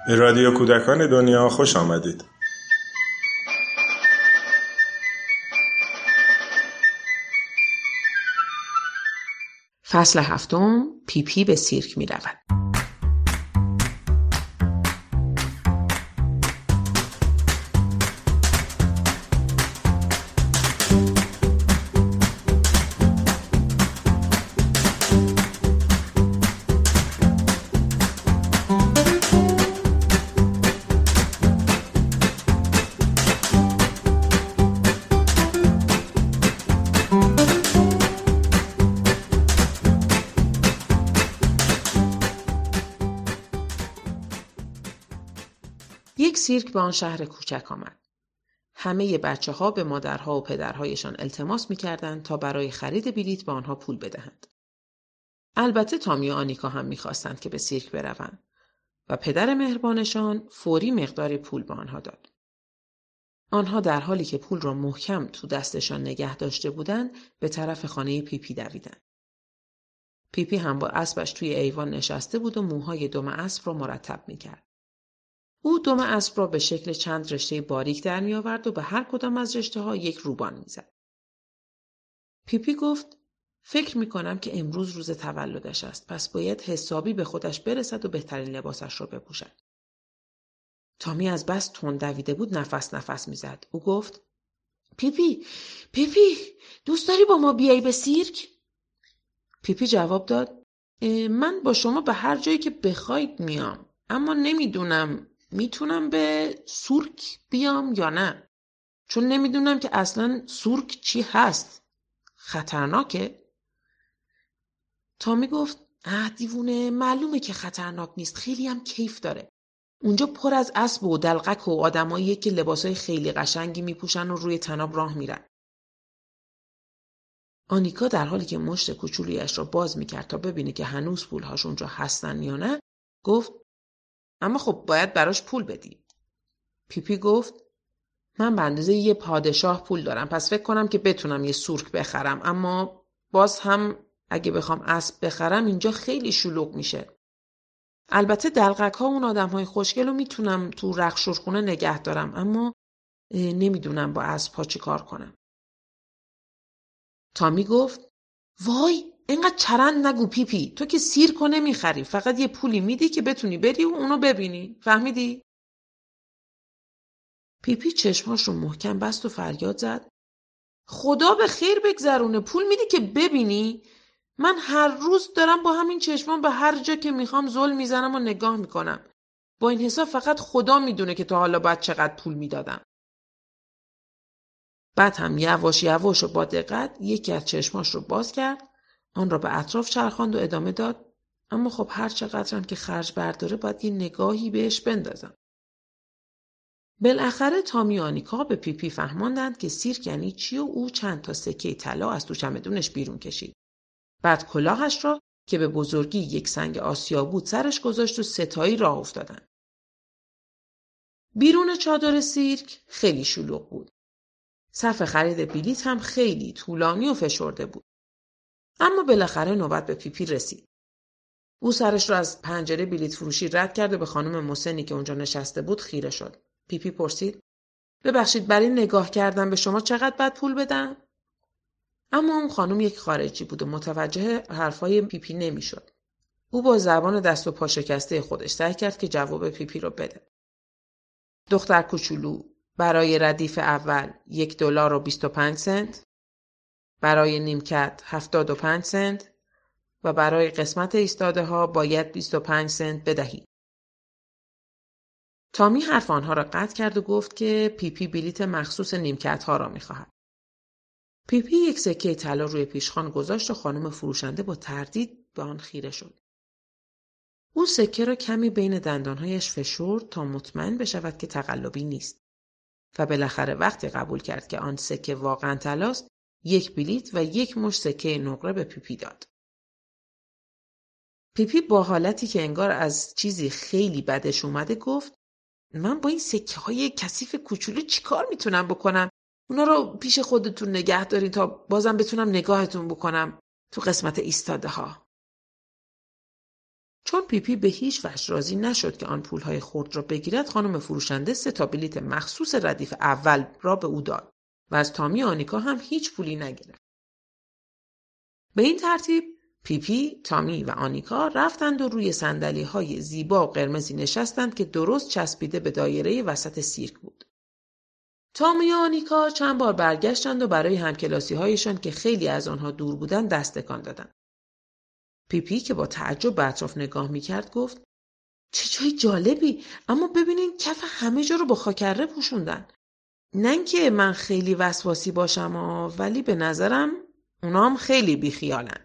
به رادیو کودکان دنیا خوش آمدید. فصل 7. پیپی به سیرک می رود. یک سیرک به آن شهر کوچک آمد. همه بچه‌ها به مادرها و پدرهایشان التماس می‌کردند تا برای خرید بلیط به آنها پول بدهند. البته تامی و آنیکا هم می‌خواستند که به سیرک بروند و پدر مهربانشان فوری مقدار پول به آنها داد. آنها در حالی که پول را محکم تو دستشان نگه داشته بودند به طرف خانه پیپی دویدند. پیپی هم با اسبش توی ایوان نشسته بود و موهای دم اسب را مرتب می‌کرد. او دم اسب را به شکل چند رشته باریک در می آورد و به هر کدام از رشته ها یک روبان می زد. پیپی گفت فکر می کنم که امروز روز تولدش است، پس باید حسابی به خودش برسد و بهترین لباسش را بپوشد. تامی از بس تند دویده بود نفس می زد. او گفت پیپی دوست داری با ما بیایی به سیرک؟ پیپی جواب داد من با شما به هر جایی که بخواید میام، اما نمیدونم میتونم به سورک بیام یا نه، چون نمیدونم که اصلا سورک چی هست. خطرناکه؟ تامی گفت دیوونه، معلومه که خطرناک نیست، خیلی هم کیف داره. اونجا پر از اسب و دلقک و آدماییه که لباسای خیلی قشنگی میپوشن و روی طناب راه میرن. آنیکا در حالی که مشت کوچولویش را باز میکرد تا ببینه که هنوز پولهاش اونجا هستن یا نه گفت اما خب باید براش پول بدی. پیپی گفت من به اندازه یه پادشاه پول دارم، پس فکر کنم که بتونم یه سورک بخرم، اما باز هم اگه بخوام اسب بخرم اینجا خیلی شلوغ میشه. البته دلقک ها اون آدم های خوشگل رو میتونم تو رخشورخونه نگه دارم، اما نمیدونم با اسب ها چی کار کنم. تامی گفت وای اینقدر چرند نگو پیپی، تو که سیرکو نمیخری، فقط یه پولی میدی که بتونی بری و اونو ببینی، فهمیدی؟ پیپی چشماش رو محکم بست و فریاد زد خدا به خیر بگذرونه، پول میدی که ببینی؟ من هر روز دارم با همین چشمان به هر جا که میخوام زل میزنم و نگاه میکنم. با این حساب فقط خدا میدونه که تا حالا باید چقدر پول میدادم. بعد هم یواش یواش و با دقت یکی از چشماش رو باز کرد، آن را به اطراف چرخاند و ادامه داد اما خب هر چقدرم که خرج برداره باید یه نگاهی بهش بندازم. بالاخره تامی و آنیکا به پیپی فهماندند که سیرک یعنی چی و او چند تا سکه طلا از تو چمدونش بیرون کشید. بعد کلاهش را که به بزرگی یک سنگ آسیا بود سرش گذاشت و ستایی راه افتادند. بیرون چادر سیرک خیلی شلوغ بود. صف خرید بلیط هم خیلی طولانی و فشرده بود. اما بالاخره نوبت به پیپی رسید. او سرش را از پنجره بلیط فروشی رد کرد و به خانم مسنی که اونجا نشسته بود خیره شد. پیپی پرسید ببخشید برای نگاه کردن به شما چقدر باید پول بدم؟ اما اون خانم یک خارجی بود و متوجه حرفای پیپی نمیشد. او با زبان دست و پا شکسته خودش سعی کرد که جواب پیپی رو بده. دختر کوچولو، برای ردیف اول $1.25، برای نیمکت 75 سنت و برای قسمت ایستاده ها باید 25 سنت بدهید. تامی حرف آنها را قطع کرد و گفت که پیپی بلیت مخصوص نیمکت ها را می‌خواهد. پیپی یک سکه طلا روی پیشخوان گذاشت و خانم فروشنده با تردید به آن خیره شد. او سکه را کمی بین دندانهایش فشرد تا مطمئن بشود که تقلبی نیست و بالاخره وقتی قبول کرد که آن سکه واقعا طلاست، یک بلیت و یک مشت سکه نقره به پیپی داد. پیپی با حالتی که انگار از چیزی خیلی بدش اومده گفت من با این سکه های کثیف کوچولو چی کار میتونم بکنم؟ اونا رو پیش خودتون نگه دارین تا بازم بتونم نگاهتون بکنم تو قسمت ایستاده ها. چون پیپی به هیچ وجه راضی نشد که آن پولهای خرد را بگیرد، خانم فروشنده 3 بلیت مخصوص ردیف اول را به او داد و از تامی و آنیکا هم هیچ پولی نگرفت. به این ترتیب پیپی، تامی و آنیکا رفتند و روی صندلی‌های زیبا و قرمزی نشستند که درست چسبیده به دایره وسط سیرک بود. تامی و آنیکا چند بار برگشتند و برای همکلاسی‌هایشان که خیلی از آنها دور بودند دست تکان دادند. پیپی که با تعجب به اطراف نگاه می‌کرد گفت: چه جای جالبی، اما ببینین کف همه جا رو با خاکره پوشوندن. نه اینکه من خیلی وسواسی باشم ولی به نظرم اونا هم خیلی بیخیالن.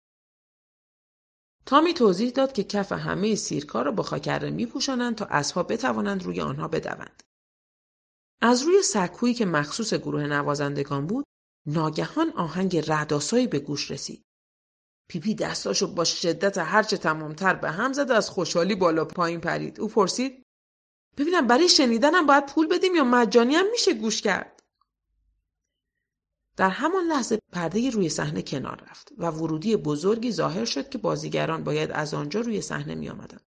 تامی توضیح داد که کف همه سیرک‌ها رو با خاکره می‌پوشانند تا اسب‌ها بتوانند روی آنها بدوند. از روی سکویی که مخصوص گروه نوازندگان بود، ناگهان آهنگ رعدآسایی به گوش رسید. پیپی دستاشو با شدت هرچه تمام‌تر به هم زد و از خوشحالی بالا پایین پرید. او پرسید: ببینم برای شنیدنم باید پول بدیم یا مجانی هم میشه گوش کرد؟ در همان لحظه پرده روی صحنه کنار رفت و ورودی بزرگی ظاهر شد که بازیگران باید از آنجا روی صحنه می آمدند.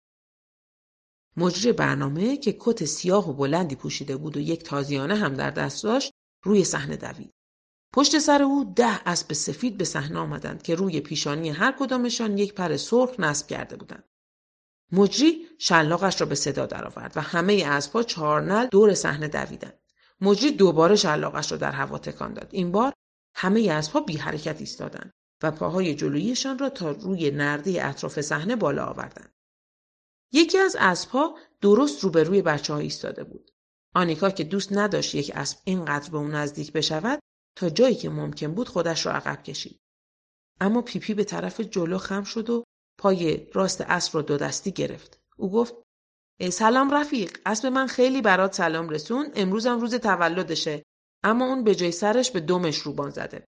مجری برنامه که کت سیاه و بلندی پوشیده بود و یک تازیانه هم در دست داشت روی صحنه دوید. پشت سر او 10 اسب سفید به صحنه آمدند که روی پیشانی هر کدامشان یک پر سرخ نصب کرده بودند. مجری شلاقش را به صدا درآورد و همه اسب‌ها 4 نعل دور صحنه دویدند. مجری دوباره شلاقش را در هوا تکان داد. این بار همه اسب‌ها بی حرکت ایستادند و پاهای جلوییشان را تا روی نرده اطراف صحنه بالا آوردند. یکی از اسب‌ها درست روبروی بچه‌ها ایستاده بود. آنیکا که دوست نداشت یک اسب اینقدر به اون نزدیک بشود، تا جایی که ممکن بود خودش را عقب کشید. اما پیپی به طرف جلو خم شد و پای راست اسب را 2 دستی گرفت. او گفت: سلام رفیق، اسب من خیلی برات سلام رسون، امروزم روز تولدشه، اما اون به جای سرش به دمش روبان زده.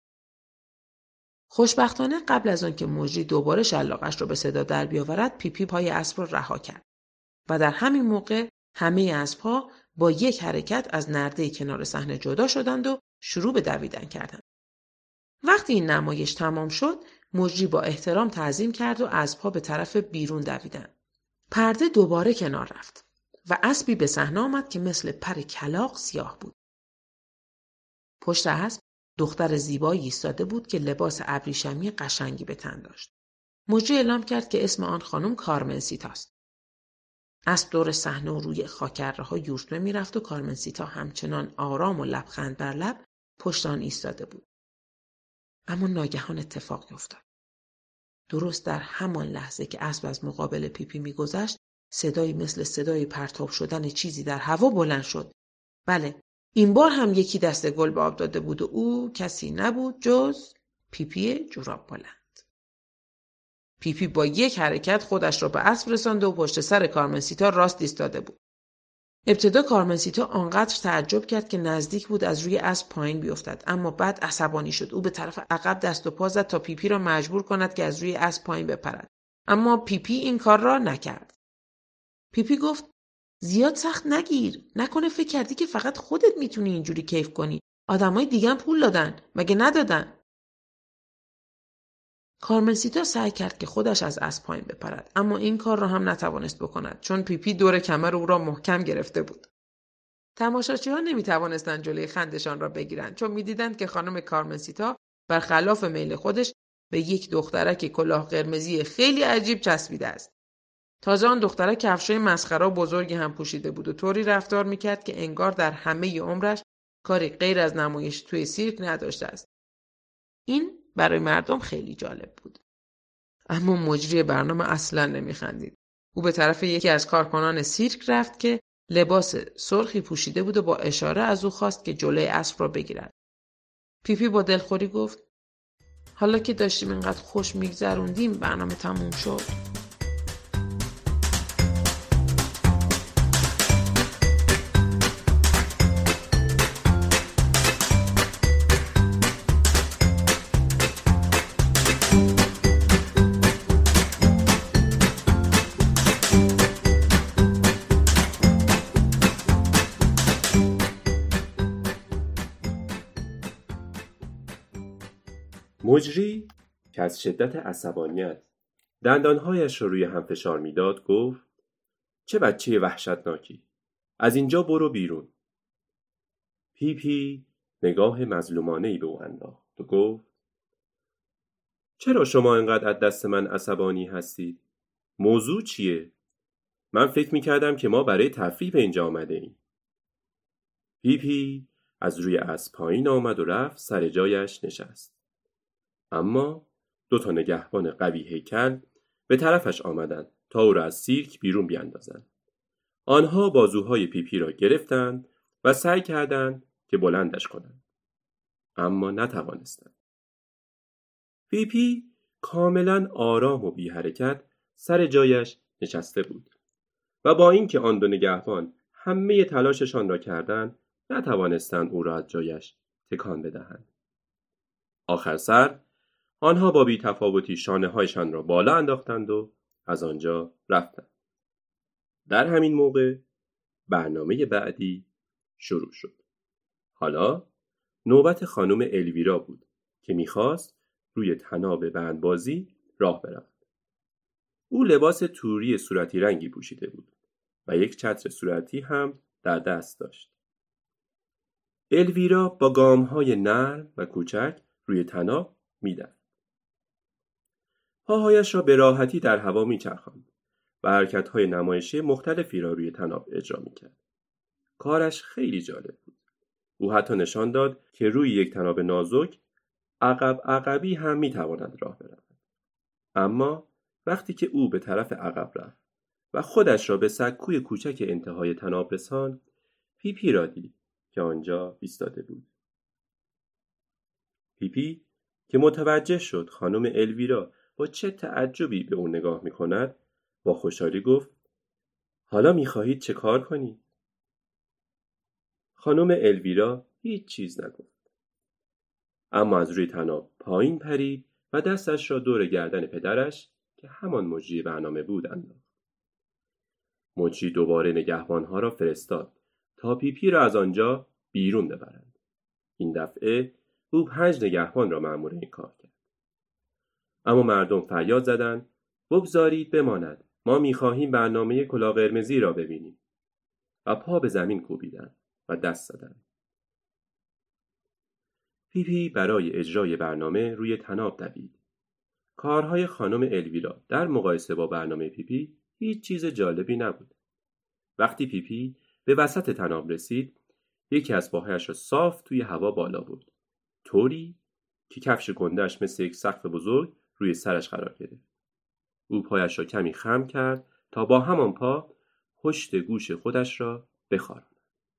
خوشبختانه قبل از آن که مجری دوباره شلاقش را به صدا در بیاورد، پیپی پای اسب را رها کرد و در همین موقع همه اسب‌ها با یک حرکت از نرده کنار صحنه جدا شدند و شروع به دویدن کردند. وقتی این نمایش تمام شد، مجری با احترام تعظیم کرد و اسب‌ها به طرف بیرون دویدند. پرده دوباره کنار رفت و اسبی به صحنه آمد که مثل پر کلاغ سیاه بود. پشت اسب دختر زیبایی ایستاده بود که لباس ابریشمی قشنگی به تن داشت. مجری اعلام کرد که اسم آن خانم کارمنسیتاست. اسب دور صحنه و روی خاکره‌ها یورتمه می‌رفت و کارمنسیتا همچنان آرام و لبخند بر لب پشت آن ایستاده بود. اما ناگهان اتفاقی افتاد. درست در همان لحظه که اسب از مقابل پیپی می‌گذشت، صدایی مثل صدای پرتاب شدن چیزی در هوا بلند شد. بله، این بار هم یکی دست گل به آب داده بود و او کسی نبود جز پیپی جوراب بلند. پیپی با یک حرکت خودش را به اسب رساند و پشت سر کارمنسیتا راست ایستاده بود. ابتدا کارمنسیتا آنقدر تعجب کرد که نزدیک بود از روی اسب پایین بیفتد، اما بعد عصبانی شد. او به طرف عقب دست و پا زد تا پیپی را مجبور کند که از روی اسب پایین بپرد، اما پیپی این کار را نکرد. پیپی گفت: زیاد سخت نگیر، نکنه فکر کردی که فقط خودت میتونی اینجوری کیف کنی. آدمای دیگه هم پول دادن، مگه ندادن؟ کارمنسیتا سعی کرد که خودش از اسب پایین بپرد، اما این کار را هم نتوانست بکند چون پیپی دور کمر او را محکم گرفته بود. تماشاچی‌ها نمی‌توانستند جلوی خندشان را بگیرند چون می‌دیدند که خانم کارمنسیتا برخلاف میل خودش به یک دخترک کلاه قرمزی خیلی عجیب چسبیده است. تازه آن دخترک کفشای مسخره و بزرگی هم پوشیده بود و طوری رفتار می‌کرد که انگار در همه عمرش کاری غیر از نمایش توی سیرک نداشته است. این برای مردم خیلی جالب بود. اما مجری برنامه اصلاً نمی‌خندید. او به طرف یکی از کارکنان سیرک رفت که لباس سرخی پوشیده بود و با اشاره از او خواست که جلوی اسب را بگیرد. پیپی با دلخوری گفت: حالا که داشتیم اینقدر خوش میگذروندیم برنامه تموم شد. مجری که از شدت عصبانیت دندانهایش را روی هم فشار میداد گفت چه بچه وحشتناکی. از اینجا برو بیرون. پیپی نگاه مظلومانه‌ای به او انداخت و گفت چرا شما اینقدر از دست من عصبانی هستید؟ موضوع چیه؟ من فکر می‌کردم که ما برای تفریح به اینجا آمده ایم. پیپی از روی اسب پایین آمد و رفت سر جایش نشست. اما 2 نگهبان قوی هیکل به طرفش آمدند تا او را از سیرک بیرون بیاندازند. آنها بازوهای پیپی را گرفتند و سعی کردند که بلندش کنند. اما نتوانستند. پیپی کاملا آرام و بی حرکت سر جایش نشسته بود و با اینکه آن 2 نگهبان همه تلاششان را کردند نتوانستند او را از جایش تکان بدهند. آخر سر آنها با بی‌تفاوتی شانه‌هایشان را بالا انداختند و از آنجا رفتند. در همین موقع برنامه بعدی شروع شد. حالا نوبت خانم الویرا بود که می‌خواست روی طناب بندبازی راه برود. او لباس توری صورتی رنگی پوشیده بود و یک چتر صورتی هم در دست داشت. الویرا با گام‌های نرم و کوچک روی طناب می‌دوید. پاهایش را به راحتی در هوا می‌چرخاند و حرکت‌های نمایشی مختلفی را روی طناب اجرا می‌کرد. کارش خیلی جالب بود. او حتی نشان داد که روی یک طناب نازک عقبی هم می‌تواند راه برود. اما وقتی که او به طرف عقب رفت و خودش را به سکوی کوچک انتهای طناب رساند، پیپی را دید که آنجا ایستاده بود. پیپی که متوجه شد خانم الویرا با چه تعجبی به او نگاه می‌کند، با خوشحالی گفت حالا می‌خواهید چه کار کنید؟ خانم الویرا هیچ چیز نگفت. اما از روی طناب پایین پرید و دستش را دور گردن پدرش که همان مجری برنامه بود انداخت. مجری دوباره نگهبانها را فرستاد تا پیپی را از آنجا بیرون ببرند. این دفعه او 5 نگهبان را مأمور این کار کرد. اما مردم فریاد زدند بگذارید بماند، ما می‌خواهیم برنامه کلاه قرمزی را ببینیم و پا به زمین کوبیدند و دست زدند. پیپی برای اجرای برنامه روی طناب دوید. کارهای خانم الویرا در مقایسه با برنامه پیپی هیچ چیز جالبی نبود. وقتی پیپی به وسط طناب رسید، یکی از پاهایش را صاف توی هوا بالا برد، طوری که کفش گنده‌اش مثل یک سقف بزرگ روی سرش قرار گرفت. او پایش را کمی خم کرد تا با همان پا پشت گوش خودش را بخاراند.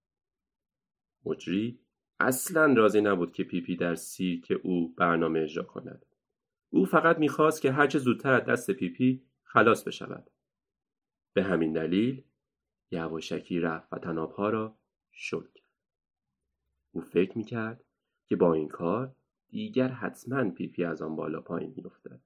مجری اصلاً راضی نبود که پیپی در سیرک او برنامه اجرا کند. او فقط می‌خواست که هرچه زودتر از دست پیپی خلاص بشود. به همین دلیل یواشکی رفت و طناب‌ها را شل کرد. او فکر می‌کرد که با این کار دیگر حتماً پیپی از آن بالا پایین می‌افتد.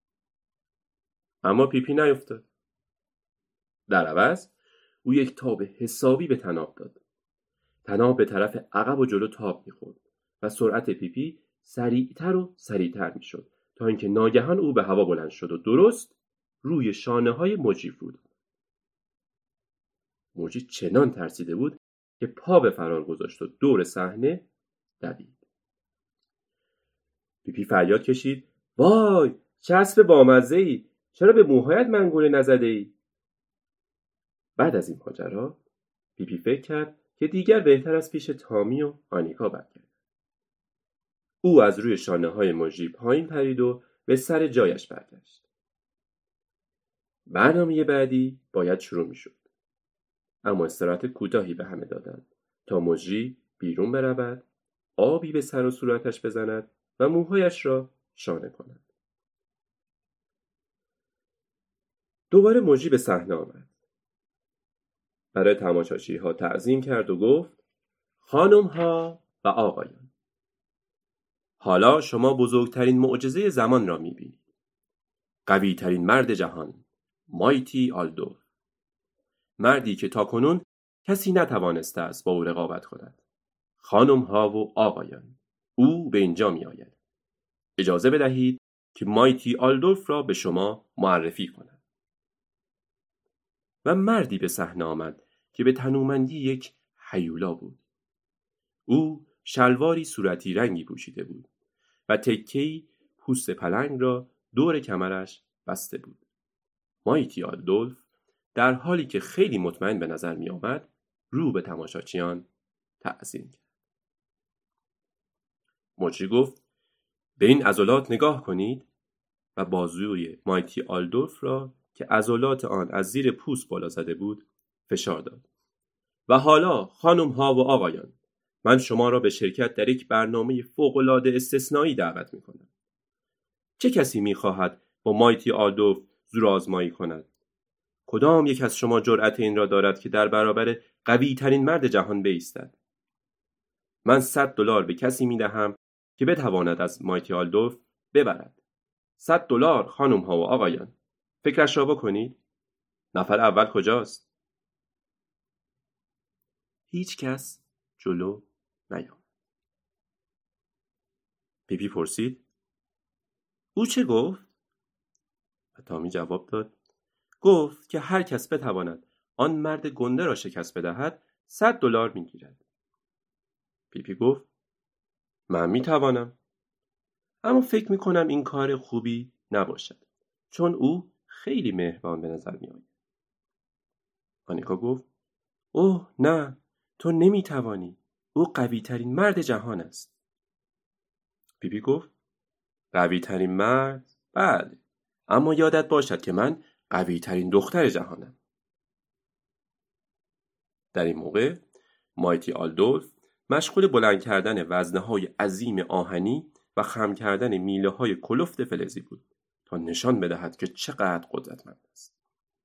اما پیپی نیفتاد. در عوض او یک تاب حسابی به طناب داد. طناب به طرف عقب و جلو تاب می‌خورد و سرعت پیپی سریعتر و سریعتر می‌شد تا اینکه ناگهان او به هوا بلند شد و درست روی شانه‌های مجری فرود. مجری چنان ترسیده بود که پا به فرار گذاشت و دور صحنه دوید. پیپی فریاد کشید وای چه اسب بامزه‌ای، چرا به موهایت منگوله نزده‌ای؟ بعد از این ماجرا پیپی فکر کرد که دیگر بهتر از پیش تامی و آنیکا برگردد. او از روی شانه‌های مجری پایین پرید و به سر جایش برگشت. برنامه بعدی باید شروع می‌شد. اما استراحت کوتاهی به همه دادند تا مجری بیرون برود، آبی به سر و صورتش بزند و موهایش را شانه کند. دوباره مجری به صحنه آمد. برای تماشاچی‌ها تعظیم کرد و گفت خانم‌ها و آقایان، حالا شما بزرگترین معجزه زمان را می‌بینید. قوی‌ترین مرد جهان، مایتی آلدو، مردی که تاکنون کسی نتوانسته است با او رقابت کند. خانم‌ها و آقایان، او به اینجا می‌آید. اجازه بدهید که مایتی آلدولف را به شما معرفی کنم. و مردی به صحنه آمد که به تنومندی یک هیولا بود. او شلواری صورتی رنگی پوشیده بود و تکه‌ای پوست پلنگ را دور کمرش بسته بود. مایتی آلدولف در حالی که خیلی مطمئن به نظر می آمد رو به تماشاچیان تعظیم کرد. مجری گفت به این عضلات نگاه کنید و بازوی مایتی آلدولف را که عضلات آن از زیر پوست بالا زده بود فشار داد. و حالا خانم ها و آقایان، من شما را به شرکت در یک برنامه فوق‌العاده استثنایی دعوت می کنم. چه کسی می خواهد با مایتی آلدولف زورآزمایی کند؟ کدام یک از شما جرأت این را دارد که در برابر قوی ترین مرد جهان بایستد؟ من $100 به کسی می دهم که بتواند از مایتی آلدولف ببرد. $100 خانم ها و آقایان. فکرش را بکنید. نفر اول کجاست؟ هیچ کس جلو نیامد. پیپی پرسید او چه گفت؟ و تامی جواب داد گفت که هر کس بتواند آن مرد گنده را شکست بدهد $100 میگیرد. پیپی گفت من میتوانم، اما فکر میکنم این کار خوبی نباشد چون او خیلی مهربان به نظر میآید. آنیکا گفت اوه نه، تو نمیتوانی، او قوی ترین مرد جهان است. پیپی گفت قوی ترین مرد؟ بله، اما یادت باشد که من قوی ترین دختر جهانم. در این موقع مایتی آلدولف مشغول بلند کردن وزنه‌های عظیم آهنی و خم کردن میله‌های کلفت فلزی بود تا نشان بدهد که چقدر قدرتمند است.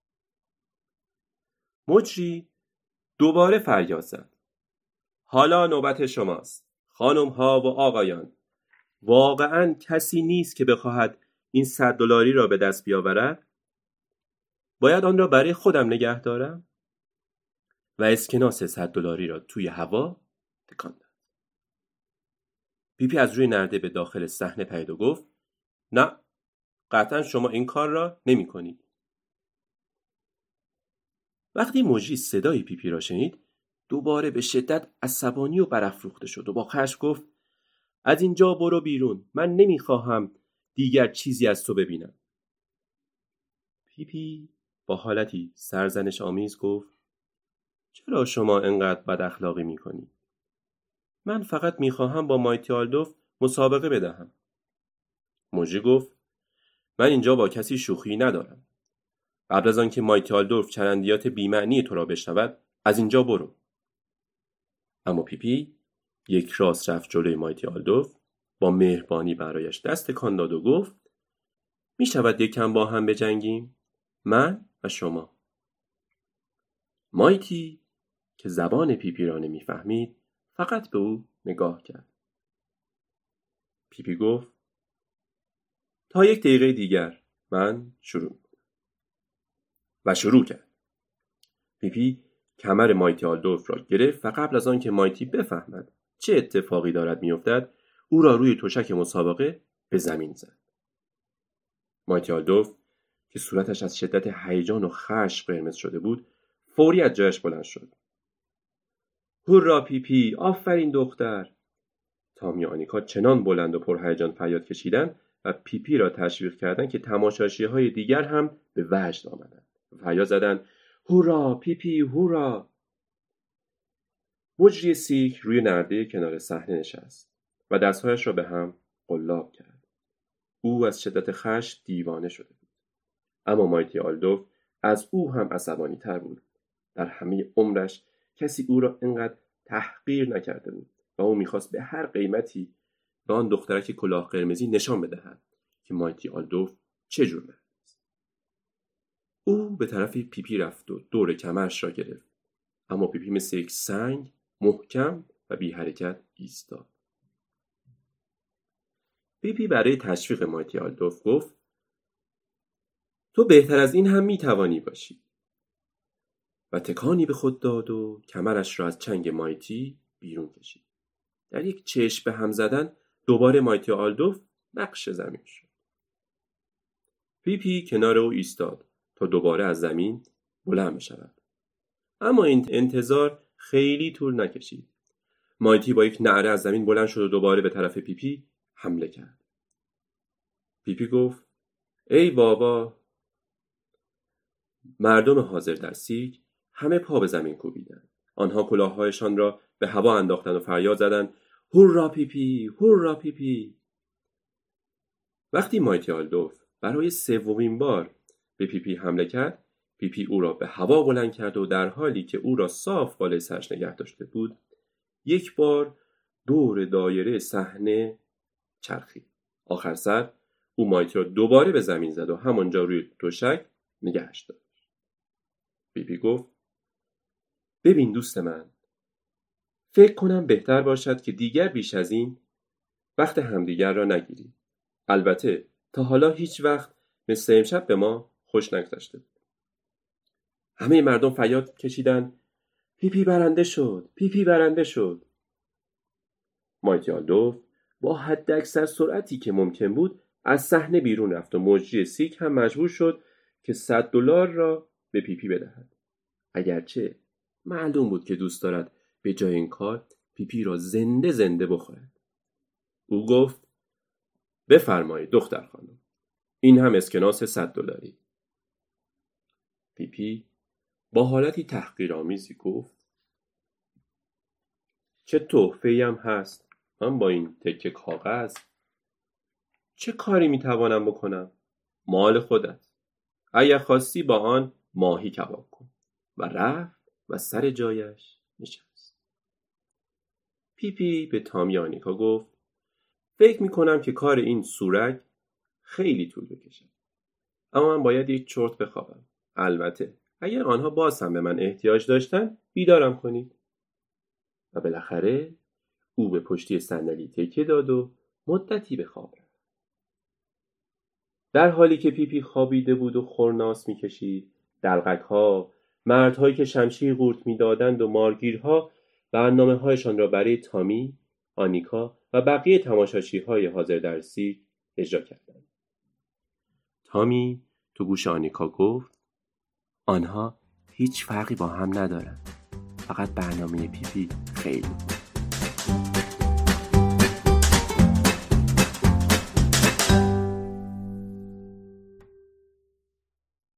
مجری دوباره فریاد زد حالا نوبت شماست خانم ها و آقایان. واقعاً کسی نیست که بخواهد این $100 را به دست بیاورد؟ باید آن را برای خودم نگه دارم؟ و اسکناس $100 را توی هوا تکان داد. پیپی از روی نرده به داخل صحنه پرید و گفت نه، قطعاً شما این کار را نمی کنید. وقتی مجری صدای پیپی را شنید دوباره به شدت عصبانی و برافروخته شد و با خشم گفت از اینجا برو بیرون، من نمیخواهم دیگر چیزی از تو ببینم. پیپی با حالتی سرزنش آمیز گفت چرا شما انقدر بد اخلاقی میکنی؟ من فقط میخواهم با مایتی آلدولف مسابقه بدهم. مجری گفت من اینجا با کسی شوخی ندارم. قبل از آنکه مایتی آلدولف چرندیات بی‌معنی تو را بشنود از اینجا برو. اما پیپی یک راست رفت جلوی مایتی آلدولف، با مهربانی برایش دست تکان داد و گفت می شود یکم با هم بجنگیم؟ من و شما. مایتی که زبان پیپی را نمی‌فهمید فقط به او نگاه کرد. پیپی گفت تا 1 دقیقه دیگر من شروع می‌کنم. و شروع کرد. پیپی کمر مایتی آلدولف را گرفت و قبل از آن که مایتی بفهمد چه اتفاقی دارد می‌افتد او را روی تشک مسابقه به زمین زد. مایتی آلدولف که صورتش از شدت هیجان و خشم قرمز شده بود فوری از جایش بلند شد. هورا پیپی، آفرین دختر! تامی و آنیکا چنان بلند و پرهیجان فریاد کشیدند و پیپی را تشویق کردند که تماشاچی‌های دیگر هم به وجد آمدند و فریاد زدند هورا پیپی هورا! مجری سیرک روی نرده کنار صحنه نشست و دستهایش را به هم قلاب کرد. او از شدت خشم دیوانه شده بود. اما مایتی آلدولف از او هم عصبانی تر بود. در همه عمرش کسی او را اینقدر تحقیر نکرده بود و او میخواست به هر قیمتی به آن دخترک کلاه قرمزی نشان بدهد که مایتی آلدولف چه جور مرد است. او به طرف پیپی رفت و دور کمرش را گرفت، اما پیپی مثل یک سنگ محکم و بی حرکت ایستاد. پیپی برای تشویق مایتی آلدولف گفت تو بهتر از این هم میتوانی باشی و تکانی به خود داد و کمرش را از چنگ مایتی بیرون کشید. در یک چشم به هم زدن دوباره مایتی آلدولف نقش زمین شد. پیپی کنار او ایستاد تا دوباره از زمین بلند بشود. اما این انتظار خیلی طول نکشید. مایتی با یک نعره از زمین بلند شد و دوباره به طرف پیپی حمله کرد. پیپی گفت: ای بابا! مردم حاضر در سیرک همه پا به زمین کوبیدند. آنها کلاه‌هایشان را به هوا انداختند و فریاد زدند: هورا پیپی! هورا پیپی! وقتی مایتی آلدوف برای سومین بار به پیپی حمله کرد، پیپی او را به هوا بلند کرد و در حالی که او را صاف بالای سرش نگه داشته بود، یک بار دور دایره صحنه چرخید. آخر سر او مایتی را دوباره به زمین زد و همانجا روی تشک نگهش داشت. پیپی گفت: ببین دوست من، فکر کنم بهتر باشد که دیگر بیش از این وقت همدیگر را نگیریم. البته تا حالا هیچ وقت مثل امشب به ما خوش نگذشته بود. همه مردم فریاد کشیدند: پیپی برنده شد! پیپی برنده شد! مایتی آلدوف با حداکثر سرعتی که ممکن بود از صحنه بیرون رفت و مجری سیرک هم مجبور شد که $100 را به پیپی بدهد. اگرچه معلوم بود که دوست دارد به جای این کار پیپی را زنده زنده بخورد. او گفت: بفرمایید دختر خانم، این هم اسکناس $100. پیپی با حالتی تحقیرآمیزی گفت: چه تحفه‌ای هم هست، من با این تکه کاغذ چه کاری میتوانم بکنم؟ مال خودت. اگر خواستی با آن ماهی کباب کن. و رفت و سر جایش نشست. پیپی به تامی آنیکا گفت: فکر میکنم که کار این سورگ خیلی طول بکشه. اما من باید یک چرت بخوابم. البته اگر آنها باز هم به من احتیاج داشتن بیدارم کنید. و بالاخره او به پشتی صندلی تکیه داد و مدتی به خواب رفت. در حالی که پیپی خوابیده بود و خرناس میکشید، دلقک‌ها، مردهایی که شمشیر قورت میدادند و مارگیرها برنامه‌هایشان را برای تامی، آنیکا و بقیه تماشاچی‌های حاضر در سیرک اجرا کردند. تامی تو گوش آنیکا گفت: آنها هیچ فرقی با هم ندارند. فقط برنامه پیپی خیلی